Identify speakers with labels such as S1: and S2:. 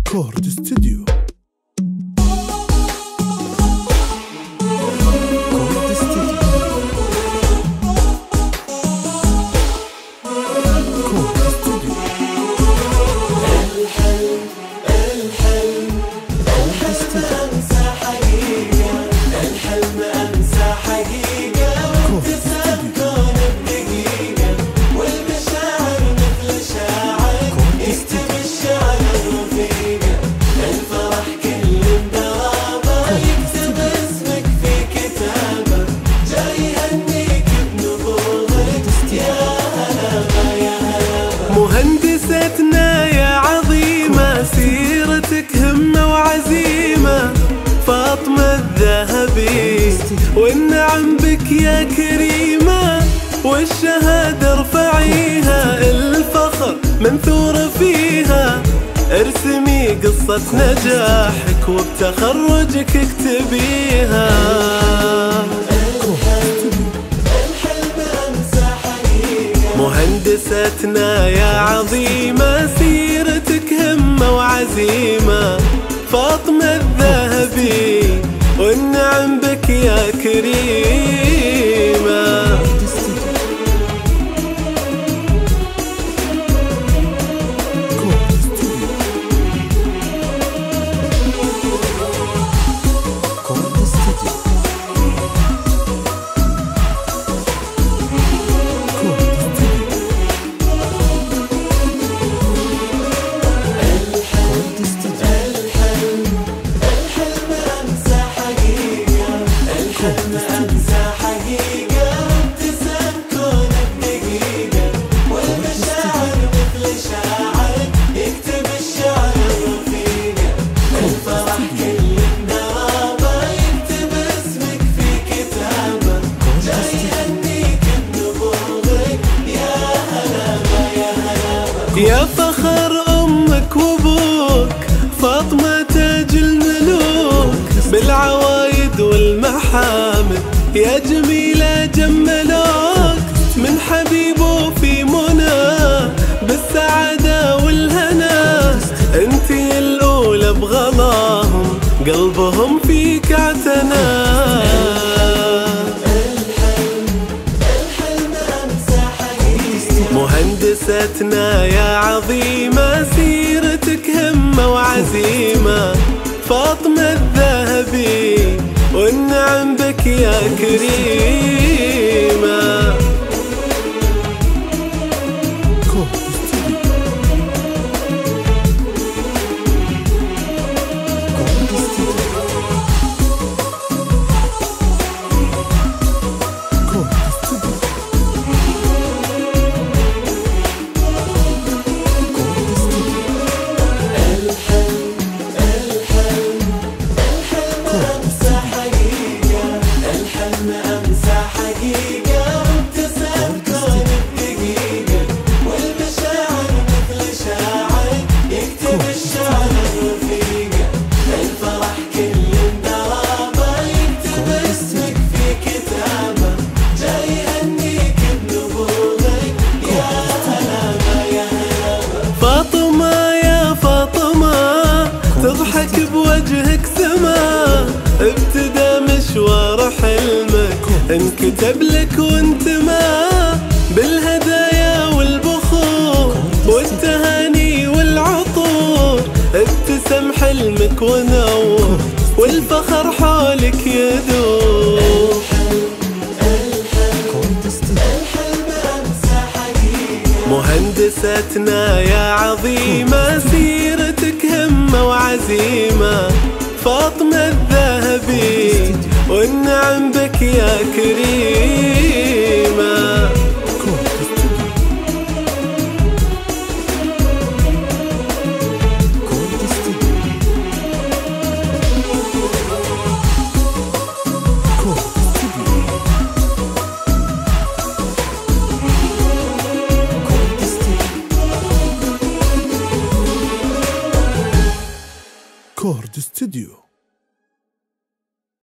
S1: كورد استوديو.
S2: مهندستنا يا عظيمة، سيرتك همة وعزيمة، فاطمة الذهبي، والنعم بك يا كريمة، والشهادة ارفعيها، الفخر منثور فيها، ارسمي قصة نجاحك وبتخرجك اكتبيها. مهندستنا يا عظيمة، سيرتك همة وعزيمة، فاطمة الذهبي، والنعم بك يا كريمة. يا فخر أمك وأبوك، فاطمة تاج الملوك، بالعوايد والمحامد يا جميلة جملوك، من حبيبه في منى بالسعادة والهنا، انتي الأولى بغلاهم، قلبهم فيك اعتنى. مهندستنا يا عظيمة، سيرتك همة وعزيمة، فاطمة الذهبي، والنعم بك يا كريمة. تضحك بوجهك سما، ابتدى مشوار حلمك، انكتب لك وانتمى، بالهدايا والبخور والتهاني والعطور، ابتسم حلمك ونور، والفخر حولك يدور. مهندستنا يا عظيمة، سيرتك همة وعزيمة، فاطمة الذهبي، والنعم بك يا كريمة.
S1: كورد استوديو.